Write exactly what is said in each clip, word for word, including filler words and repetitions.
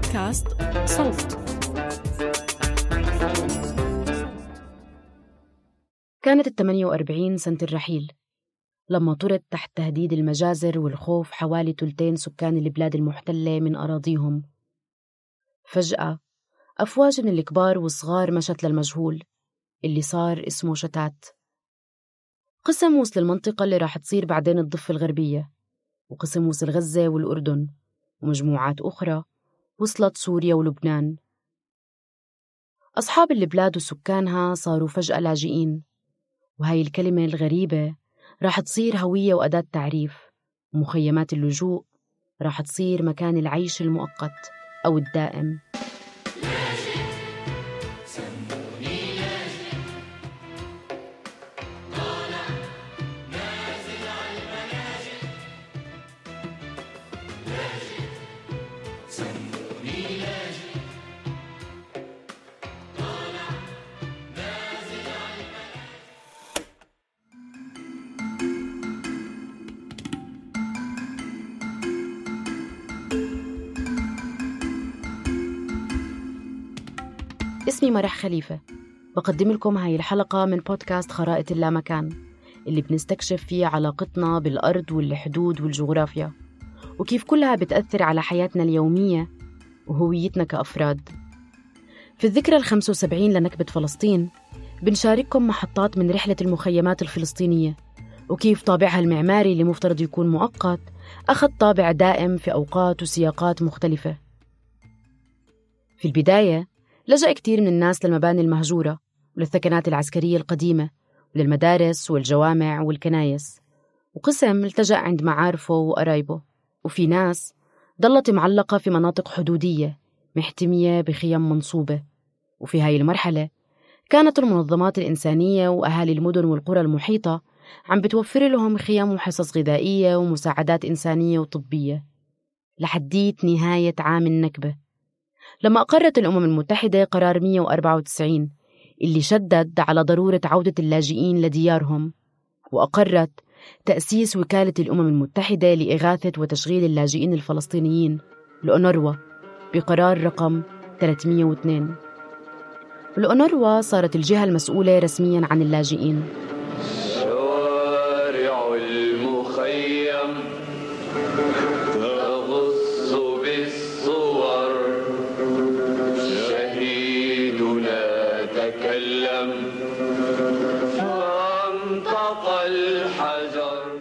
بودكاست صوت. كانت الثمانية وأربعين سنة الرحيل لما طرد تحت تهديد المجازر والخوف حوالي ثلثين سكان البلاد المحتلة من أراضيهم. فجأة أفواج من الكبار والصغار مشت للمجهول اللي صار اسمه شتات. قسم وصل المنطقة اللي راح تصير بعدين الضفة الغربية، وقسم وصل غزة والأردن، ومجموعات أخرى وصلت سوريا ولبنان. أصحاب البلاد وسكانها صاروا فجأة لاجئين، وهاي الكلمة الغريبة راح تصير هوية وأداة تعريف، ومخيمات اللجوء راح تصير مكان العيش المؤقت أو الدائم. اسمي مرح خليفة، بقدم لكم هاي الحلقة من بودكاست خرائط اللامكان اللي بنستكشف فيه علاقتنا بالأرض والحدود والجغرافيا، وكيف كلها بتأثر على حياتنا اليومية وهويتنا كأفراد. في الذكرى الخمسة وسبعين لنكبة فلسطين بنشارككم محطات من رحلة المخيمات الفلسطينية، وكيف طابعها المعماري اللي مفترض يكون مؤقت أخذ طابع دائم في أوقات وسياقات مختلفة. في البداية لجأ كتير من الناس للمباني المهجورة وللثكنات العسكرية القديمة وللمدارس والجوامع والكنايس، وقسم التجأ عند معارفه وقرايبه، وفي ناس ضلت معلقة في مناطق حدودية محتمية بخيم منصوبة. وفي هاي المرحلة كانت المنظمات الإنسانية وأهالي المدن والقرى المحيطة عم بتوفر لهم خيم وحصص غذائية ومساعدات إنسانية وطبية لحديت نهاية عام النكبة، لما أقرت الأمم المتحدة قرار مئة وأربعة وتسعين اللي شدد على ضرورة عودة اللاجئين لديارهم، وأقرت تأسيس وكالة الأمم المتحدة لإغاثة وتشغيل اللاجئين الفلسطينيين الأونروا بقرار رقم ثلاثمئة واثنين. الأونروا صارت الجهة المسؤولة رسمياً عن اللاجئين. شوارع المخيم تغص بالصور، شهيدنا تكلم فانطق الحجر.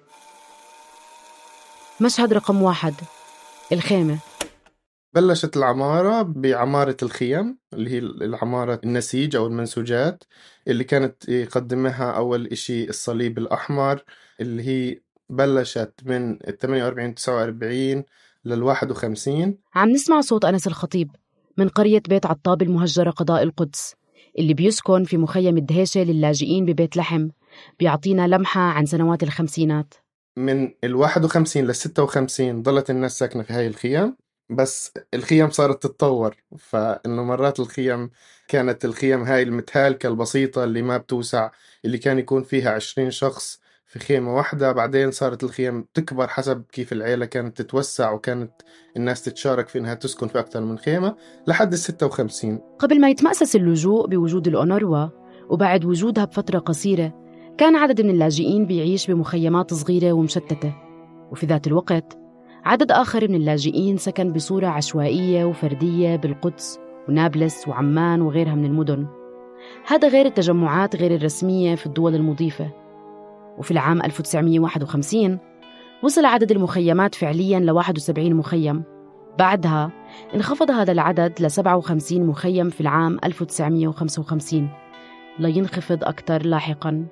مشهد رقم واحد، الخيمة. بلشت العمارة بعمارة الخيم اللي هي العمارة النسيج أو المنسوجات اللي كانت يقدمها أول إشي الصليب الأحمر، اللي هي بلشت من ثمانية وأربعين تسعة وأربعين للواحد وخمسين. عم نسمع صوت أنس الخطيب من قرية بيت عطاب المهجرة قضاء القدس اللي بيسكن في مخيم الدهيشة للاجئين ببيت لحم، بيعطينا لمحة عن سنوات الخمسينات. من الواحد وخمسين للستة وخمسين ضلت الناس ساكنة في هاي الخيام، بس الخيام صارت تتطور، فإنه مرات الخيام كانت الخيام هاي المتهالكة البسيطة اللي ما بتوسع، اللي كان يكون فيها عشرين شخص في خيمة واحدة. بعدين صارت الخيام تكبر حسب كيف العيلة كانت تتوسع وكانت الناس تتشارك في إنها تسكن في أكثر من خيمة لحد الستة وخمسين. قبل ما يتمأسس اللجوء بوجود الأونروا وبعد وجودها بفترة قصيرة، كان عدد من اللاجئين بيعيش بمخيمات صغيرة ومشتتة، وفي ذات الوقت عدد آخر من اللاجئين سكن بصورة عشوائية وفردية بالقدس ونابلس وعمان وغيرها من المدن. هذا غير التجمعات غير الرسمية في الدول المضيفة. وفي العام ألف وتسعمئة وواحد وخمسين وصل عدد المخيمات فعلياً ل واحد وسبعين مخيم. بعدها انخفض هذا العدد ل سبعة وخمسين مخيم في العام ألف وتسعمئة وخمسة وخمسين، لينخفض أكثر لاحقاً.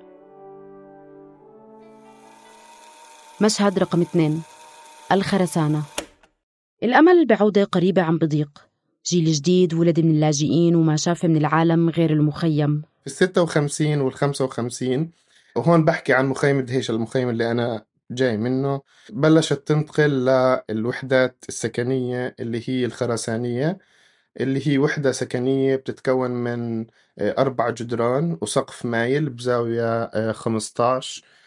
مشهد رقم اثنين، الخرسانة. الأمل بعودة قريبة عم بضيق، جيل جديد ولد من اللاجئين وما شاف من العالم غير المخيم. في الستة وخمسين والخمسة وخمسين، وهون بحكي عن مخيم الدهيش المخيم اللي أنا جاي منه، بلشت تنتقل للوحدات السكنية اللي هي الخرسانية، اللي هي وحدة سكنية بتتكون من أربع جدران وسقف مايل بزاوية خمسة عشر،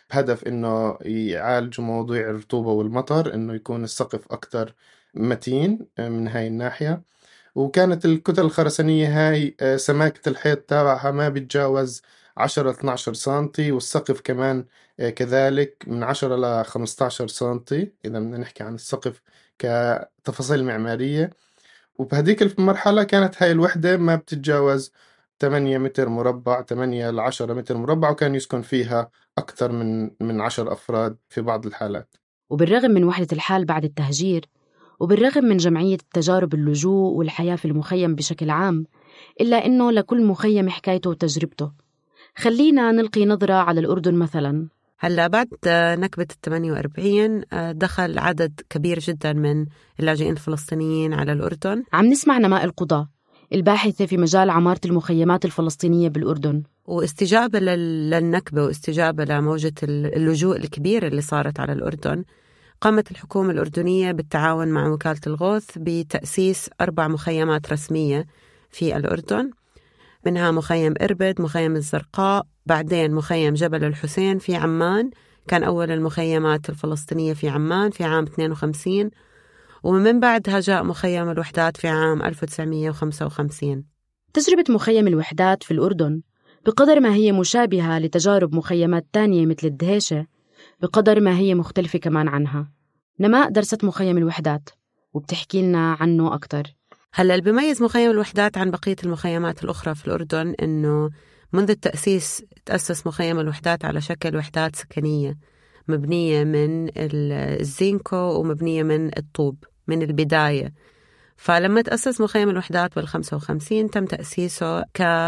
بهدف إنه يعالجوا مواضيع الرطوبة والمطر، إنه يكون السقف أكتر متين من هاي الناحية. وكانت الكتل الخرسانية هاي آه، سماكة الحيط تبعها ما بيتجاوز عشرة اثنا عشر سنتي، والسقف كمان آه، كذلك من عشرة ل خمسة عشر سنتي إذا بدنا نحكي عن السقف كتفاصيل معمارية. وبهديك المرحلة كانت هاي الوحدة ما بتتجاوز ثمانية متر مربع، ثمانية ل عشرة متر مربع، وكان يسكن فيها أكثر من من عشر أفراد في بعض الحالات. وبالرغم من وحدة الحال بعد التهجير، وبالرغم من جمعية التجارب اللجوء والحياة في المخيم بشكل عام، إلا إنه لكل مخيم حكايته وتجربته. خلينا نلقي نظرة على الأردن مثلاً. هلا بعد نكبة الثمانية وأربعين دخل عدد كبير جدا من اللاجئين الفلسطينيين على الأردن. عم نسمع نماء القضاء الباحثة في مجال عمارة المخيمات الفلسطينية بالأردن، واستجابة للنكبة واستجابة لموجة اللجوء الكبيرة اللي صارت على الأردن، قامت الحكومة الأردنية بالتعاون مع وكالة الغوث بتأسيس أربع مخيمات رسمية في الأردن، منها مخيم إربد، مخيم الزرقاء، بعدين مخيم جبل الحسين في عمان، كان أول المخيمات الفلسطينية في عمان في عام اثنين وخمسين، ومن بعدها جاء مخيم الوحدات في عام ألف وتسعمية وخمسة وخمسين. تجربة مخيم الوحدات في الأردن بقدر ما هي مشابهة لتجارب مخيمات تانية مثل الدهيشة، بقدر ما هي مختلفة كمان عنها. نماء درست مخيم الوحدات وبتحكي لنا عنه أكتر. هلا اللي بيميز مخيم الوحدات عن بقية المخيمات الأخرى في الأردن إنه منذ التأسيس تأسس مخيم الوحدات على شكل وحدات سكنية مبنية من الزينكو ومبنية من الطوب من البداية. فلما تأسس مخيم الوحدات بالخمسة وخمسين تم تأسيسه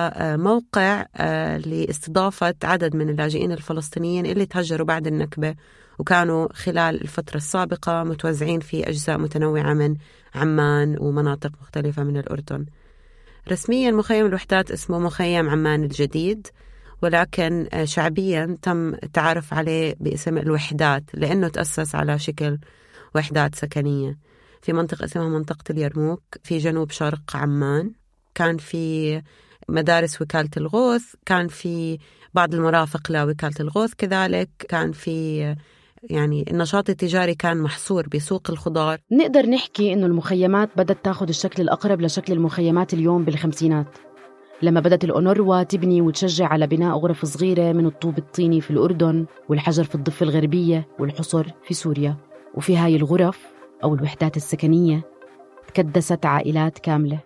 كموقع لاستضافة عدد من اللاجئين الفلسطينيين اللي تهجروا بعد النكبة، وكانوا خلال الفترة السابقة متوزعين في أجزاء متنوعة من عمان ومناطق مختلفة من الأردن. رسميا مخيم الوحدات اسمه مخيم عمان الجديد، ولكن شعبيا تم التعرف عليه باسم الوحدات لأنه تأسس على شكل وحدات سكنية في منطقة اسمها منطقة اليرموك في جنوب شرق عمان. كان في مدارس وكالة الغوث، كان في بعض المرافق لوكالة الغوث، كذلك كان في يعني النشاط التجاري كان محصور بسوق الخضار. نقدر نحكي إنه المخيمات بدأت تاخد الشكل الأقرب لشكل المخيمات اليوم بالخمسينات، لما بدأت الأونروا تبني وتشجع على بناء غرف صغيرة من الطوب الطيني في الأردن والحجر في الضفة الغربية والحصر في سوريا. وفي هاي الغرف أو الوحدات السكنية تكدست عائلات كاملة.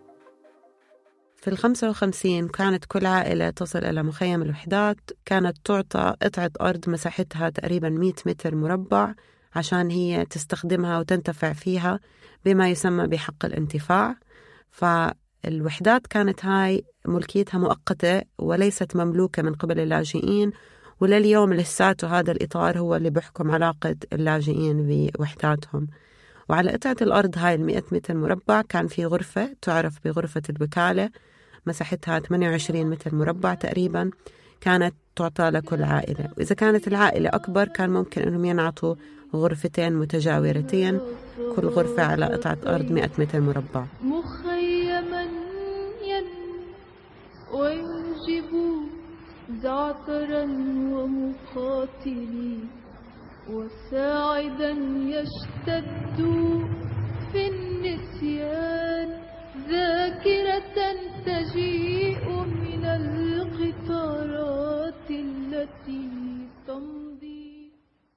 في الخمسة وخمسين كانت كل عائلة تصل إلى مخيم الوحدات كانت تعطى قطعة أرض مساحتها تقريباً مئة متر مربع عشان هي تستخدمها وتنتفع فيها بما يسمى بحق الانتفاع. فالوحدات كانت هاي ملكيتها مؤقتة وليست مملوكة من قبل اللاجئين، ولليوم لساته هذا الإطار هو اللي بيحكم علاقة اللاجئين بوحداتهم. وعلى قطعة الأرض هاي المئة متر مربع كان في غرفة تعرف بغرفة الوكالة مساحتها ثمانية وعشرين متر مربع تقريبا، كانت تعطى لكل عائلة، وإذا كانت العائلة أكبر كان ممكن أنهم ينعطوا غرفتين متجاورتين كل غرفة على قطعة أرض مئة متر مربع. مخيما ين وينجب زعترا ومقاتلي وساعدا يشتد في النسيان ذاكرة تجيء من القطارات التي تمضي.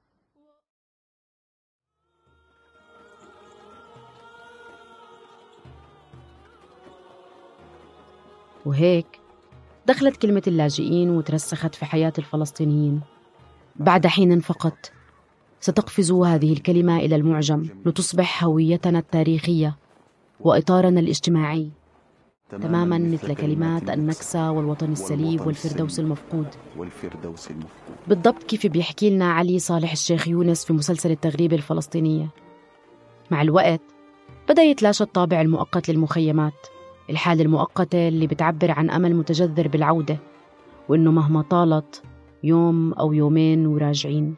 وهيك دخلت كلمة اللاجئين وترسخت في حياة الفلسطينيين. بعد حين فقط ستقفز هذه الكلمة إلى المعجم لتصبح هويتنا التاريخية وإطارنا الاجتماعي، تماماً مثل كلمات النكسة والوطن السليب والفردوس المفقود. بالضبط كيف بيحكي لنا علي صالح الشيخ يونس في مسلسل التغريبة الفلسطينية. مع الوقت بدأ يتلاشى الطابع المؤقت للمخيمات، الحالة المؤقتة اللي بتعبر عن أمل متجذر بالعودة، وإنه مهما طالت يوم أو يومين وراجعين.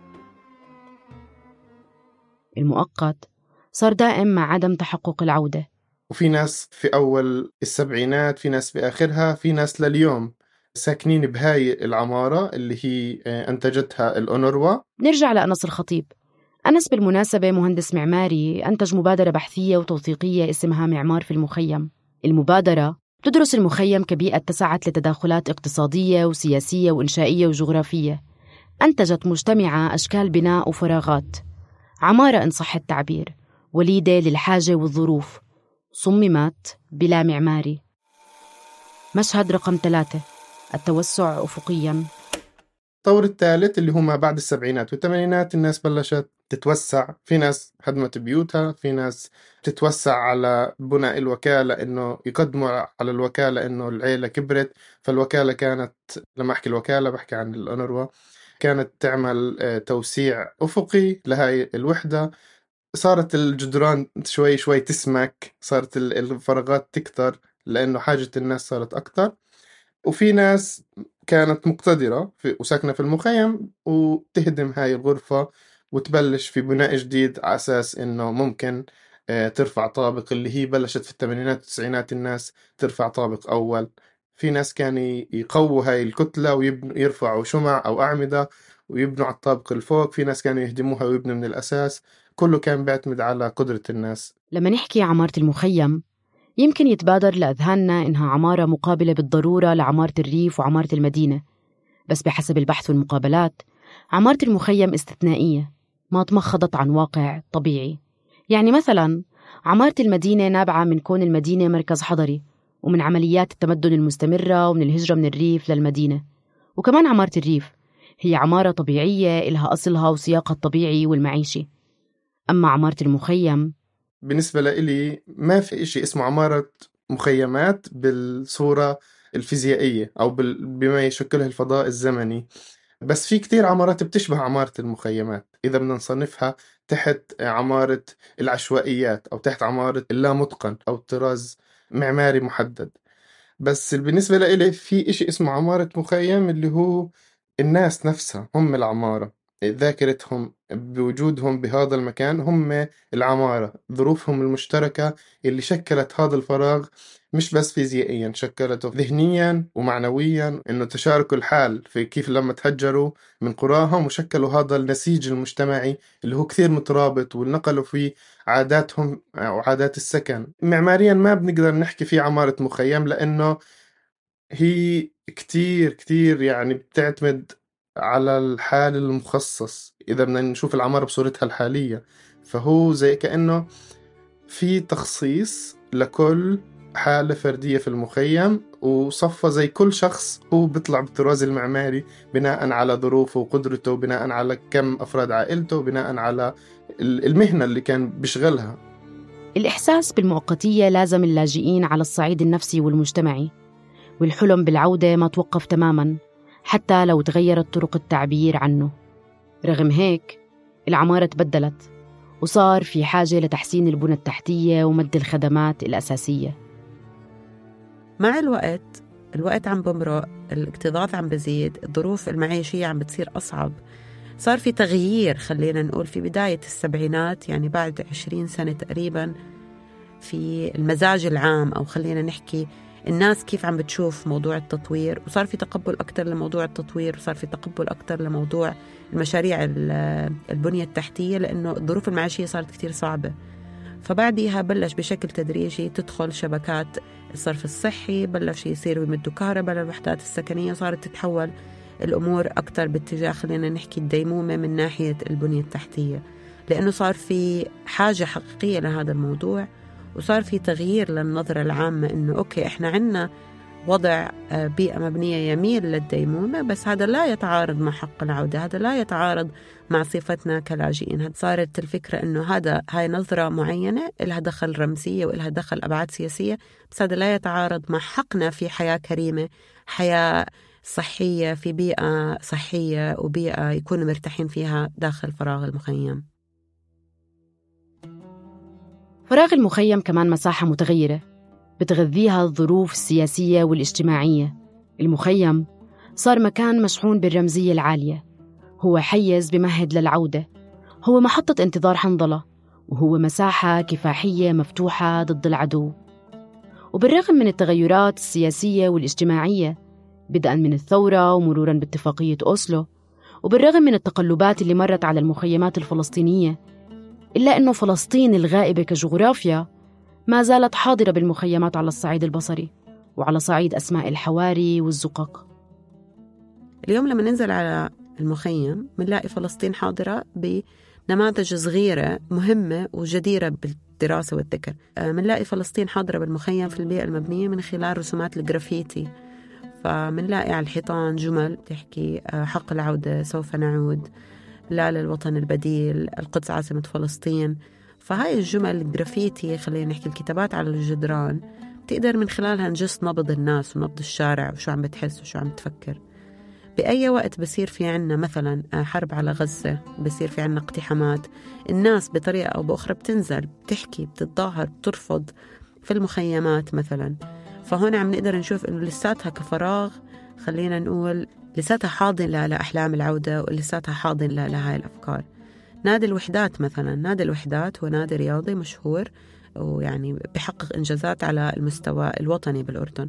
المؤقت صار دائم مع عدم تحقق العودة. وفي ناس في أول السبعينات، في ناس في آخرها، في ناس لليوم ساكنين بهاي العمارة اللي هي أنتجتها الأونروا. نرجع لأنس الخطيب. أنس بالمناسبة مهندس معماري أنتج مبادرة بحثية وتوثيقية اسمها معمار في المخيم. المبادرة تدرس المخيم كبيئة اتسعت لتداخلات اقتصادية وسياسية وإنشائية وجغرافية، أنتجت مجتمعة أشكال بناء وفراغات، عمارة إن صح التعبير، وليدة للحاجة والظروف، صممت بلا معماري. مشهد رقم ثلاثة، التوسع أفقياً. الطور الثالث اللي هو ما بعد السبعينات والثمانينات، الناس بلشت تتوسع، في ناس هدمت بيوتها، في ناس تتوسع على بناء الوكالة، إنه يقدموا على الوكالة إنه العيلة كبرت، فالوكالة كانت، لما أحكي الوكالة بحكي عن الأونروا، كانت تعمل توسيع أفقي لهاي الوحدة. صارت الجدران شوي شوي تسمك، صارت الفراغات تكتر لأنه حاجة الناس صارت أكتر. وفي ناس كانت مقتدرة في وساكنة في المخيم وتهدم هاي الغرفة وتبلش في بناء جديد على أساس إنه ممكن ترفع طابق، اللي هي بلشت في الثمانينات والتسعينات الناس ترفع طابق أول. في ناس كانوا يقووا هاي الكتلة ويرفعوا شمع أو أعمدة ويبنوا على الطابق الفوق، في ناس كانوا يهدموها ويبنوا من الأساس. كله كان بيعتمد على قدرة الناس. لما نحكي عمارة المخيم يمكن يتبادر لأذهاننا إنها عمارة مقابلة بالضرورة لعمارة الريف وعمارة المدينة، بس بحسب البحث والمقابلات عمارة المخيم استثنائية، ما تمخضت عن واقع طبيعي. يعني مثلا عمارة المدينة نابعة من كون المدينة مركز حضري ومن عمليات التمدن المستمرة ومن الهجرة من الريف للمدينة. وكمان عمارة الريف هي عمارة طبيعية إلها أصلها وسياقها الطبيعي والمعيشي. أما عمارة المخيم بالنسبة لإلي ما في إشي اسمه عمارة مخيمات بالصورة الفيزيائية أو بما يشكله الفضاء الزمني، بس في كتير عمارات بتشبه عمارة المخيمات إذا بدنا نصنفها تحت عمارة العشوائيات أو تحت عمارة اللامتقن أو الطراز معماري محدد. بس بالنسبة لإلي في إشي اسمه عمارة مخيم اللي هو الناس نفسها هم العمارة، ذاكرتهم بوجودهم بهذا المكان هم العمارة، ظروفهم المشتركة اللي شكلت هذا الفراغ، مش بس فيزيائيا، شكلته ذهنيا ومعنويا، إنه تشاركوا الحال في كيف لما تهجروا من قراهم وشكلوا هذا النسيج المجتمعي اللي هو كثير مترابط ونقلوا فيه عاداتهم وعادات السكن. معماريا ما بنقدر نحكي فيه عمارة مخيم لأنه هي كتير كتير يعني بتعتمد على الحال المخصص. إذا بدنا نشوف العمارة بصورتها الحالية فهو زي كأنه في تخصيص لكل حالة فردية في المخيم، وصفة زي كل شخص هو بيطلع بالطراز المعماري بناء على ظروفه وقدرته، بناء على كم أفراد عائلته، بناء على المهنة اللي كان بيشغلها. الإحساس بالمؤقتية لازم اللاجئين على الصعيد النفسي والمجتمعي، والحلم بالعودة ما توقف تماماً حتى لو تغيرت طرق التعبير عنه. رغم هيك العمارة تبدلت وصار في حاجة لتحسين البنى التحتية ومد الخدمات الأساسية. مع الوقت الوقت عم بمرق، الاكتظاظ عم بزيد، الظروف المعيشية عم بتصير أصعب، صار في تغيير. خلينا نقول في بداية السبعينات، يعني بعد عشرين سنة تقريباً، في المزاج العام، أو خلينا نحكي الناس كيف عم بتشوف موضوع التطوير، وصار في تقبل أكتر لموضوع التطوير، وصار في تقبل أكتر لموضوع المشاريع البنية التحتية، لأنه الظروف المعيشية صارت كتير صعبة. فبعدها بلش بشكل تدريجي تدخل شبكات الصرف الصحي، بلش يصيروا يمدوا كهرباء للوحدات السكنية، صارت تتحول الأمور أكتر باتجاه خلينا نحكي الديمومة من ناحية البنية التحتية، لأنه صار في حاجة حقيقية لهذا الموضوع، وصار في تغيير للنظرة العامة إنه أوكي إحنا عنا وضع بيئة مبنية يميل للديمومة، بس هذا لا يتعارض مع حق العودة، هذا لا يتعارض مع صفتنا كلاجئين. هذا صارت الفكرة إنه هذا هاي نظرة معينة إلها دخل رمزية وإلها دخل أبعاد سياسية، بس هذا لا يتعارض مع حقنا في حياة كريمة، حياة صحية، في بيئة صحية وبيئة يكونوا مرتاحين فيها داخل فراغ المخيم. فراغ المخيم كمان مساحة متغيرة بتغذيها الظروف السياسية والاجتماعية. المخيم صار مكان مشحون بالرمزية العالية، هو حيز بمهد للعودة، هو محطة انتظار حنظلة، وهو مساحة كفاحية مفتوحة ضد العدو. وبالرغم من التغيرات السياسية والاجتماعية بدءاً من الثورة ومروراً باتفاقية أوسلو. وبالرغم من التقلبات اللي مرت على المخيمات الفلسطينية، إلا أنه فلسطين الغائبة كجغرافيا ما زالت حاضرة بالمخيمات على الصعيد البصري وعلى صعيد أسماء الحواري والزقق. اليوم لما ننزل على المخيم منلاقي فلسطين حاضرة بنماذج صغيرة مهمة وجديرة بالدراسة والذكر. منلاقي فلسطين حاضرة بالمخيم في البيئة المبنية من خلال رسومات الجرافيتي. فمنلاقي على الحيطان جمل تحكي حق العودة، سوف نعود، لا للوطن البديل، القدس عاصمة فلسطين. فهاي الجمل الجرافيتي، خلينا نحكي الكتابات على الجدران، تقدر من خلالها نجس نبض الناس ونبض الشارع وشو عم بتحس وشو عم تفكر. بأي وقت بصير في عنا مثلا حرب على غزة، بصير في عنا اقتحامات، الناس بطريقة أو بأخرى بتنزل، بتحكي، بتتظاهر، بترفض في المخيمات مثلا. فهون عم نقدر نشوف إنه لساتها كفراغ، خلينا نقول لساتها حاضن لأحلام العودة ولساتها حاضن لهاي الأفكار. نادي الوحدات مثلا، نادي الوحدات هو نادي رياضي مشهور ويعني بيحقق إنجازات على المستوى الوطني بالأردن.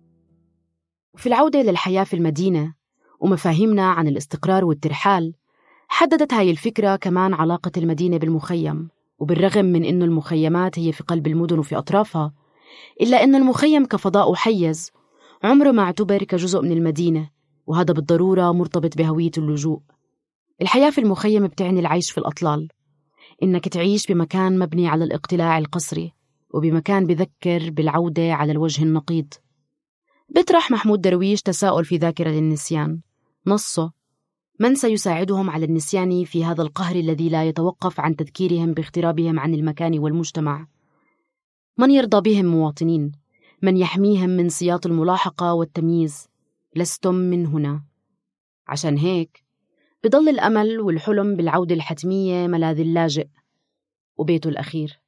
في العودة للحياة في المدينة ومفاهيمنا عن الاستقرار والترحال، حددت هاي الفكرة كمان علاقة المدينة بالمخيم. وبالرغم من إنه المخيمات هي في قلب المدن وفي أطرافها، إلا إن المخيم كفضاء وحيز عمره ما اعتبر كجزء من المدينة، وهذا بالضرورة مرتبط بهوية اللجوء. الحياة في المخيم بتعني العيش في الأطلال، إنك تعيش بمكان مبني على الاقتلاع القسري وبمكان بذكر بالعودة على الوجه النقيض. بيطرح محمود درويش تساؤل في ذاكرة للنسيان، نصه: من سيساعدهم على النسيان في هذا القهر الذي لا يتوقف عن تذكيرهم باغترابهم عن المكان والمجتمع؟ من يرضى بهم مواطنين؟ من يحميهم من سياط الملاحقة والتمييز؟ لستم من هنا. عشان هيك بضل الأمل والحلم بالعودة الحتمية ملاذ اللاجئ وبيته الأخير.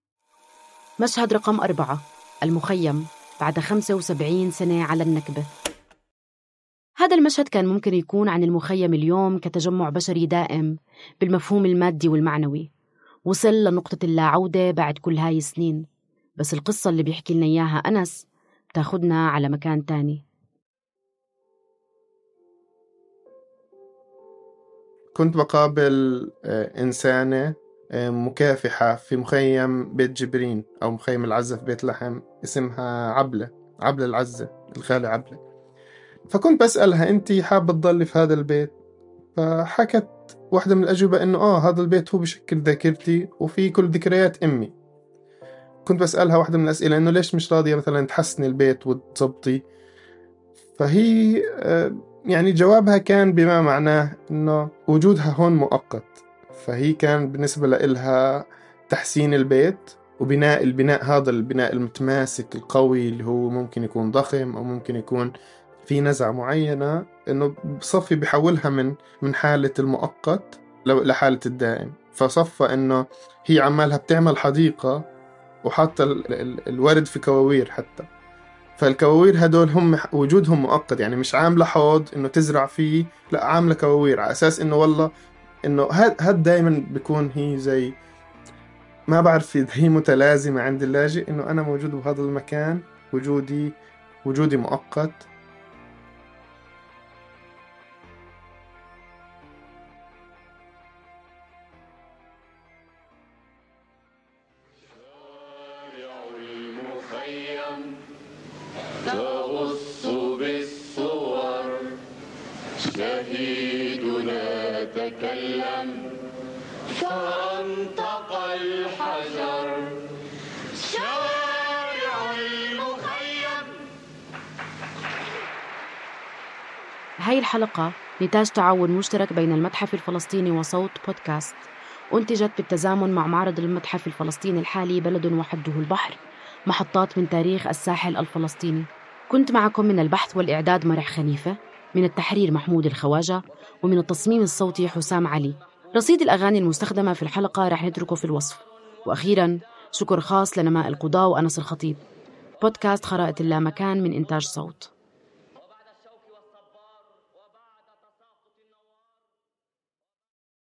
مشهد رقم أربعة، المخيم بعد خمسة وسبعين سنة على النكبة. هذا المشهد كان ممكن يكون عن المخيم اليوم كتجمع بشري دائم بالمفهوم المادي والمعنوي، وصل لنقطة اللا عودة بعد كل هاي السنين. بس القصة اللي بيحكي لنا إياها أنس بتاخدنا على مكان تاني. كنت بقابل إنسانة مكافحة في مخيم بيت جبرين أو مخيم العزة في بيت لحم، اسمها عبلة، عبلة العزة، الخالة عبلة. فكنت بسألها أنتي حابة تضلي في هذا البيت؟ فحكت واحدة من الأجوبة إنه آه هذا البيت هو بشكل ذاكرتي وفي كل ذكريات أمي. كنت بسألها واحدة من الأسئلة إنه ليش مش راضية مثلا تحسني البيت وتظبطي؟ فهي يعني جوابها كان بما معناه إنه وجودها هون مؤقت. فهي كان بالنسبة لها تحسين البيت وبناء البناء هذا البناء المتماسك القوي اللي هو ممكن يكون ضخم أو ممكن يكون في نزعة معينة، إنه بصفي بيحولها من من حالة المؤقت لحالة الدائم. فصفى إنه هي عمالها بتعمل حديقة وحاطة الورد في كواوير حتى، فالكواوير هدول هم وجودهم مؤقت، يعني مش عاملة حوض إنه تزرع فيه، لا عاملة كواوير على أساس إنه والله إنه هاد هاد دايما بيكون هي زي ما بعرف هي متلازمة عند اللاجئ، إنه أنا موجود بهذا المكان، وجودي وجودي مؤقت. تغص بالصور شهيدنا تكلم فانطق الحجر شوارع المخيم. هاي الحلقة نتاج تعاون مشترك بين المتحف الفلسطيني وصوت بودكاست، أنتجت بالتزامن مع معرض المتحف الفلسطيني الحالي بلد وحده البحر، محطات من تاريخ الساحل الفلسطيني. كنت معكم من البحث والإعداد مرح خليفة، من التحرير محمود الخواجة، ومن التصميم الصوتي حسام علي. رصيد الأغاني المستخدمة في الحلقة رح نتركه في الوصف. وأخيراً شكر خاص لنماء القضاء وأنس الخطيب. بودكاست خرائط اللامكان من إنتاج صوت.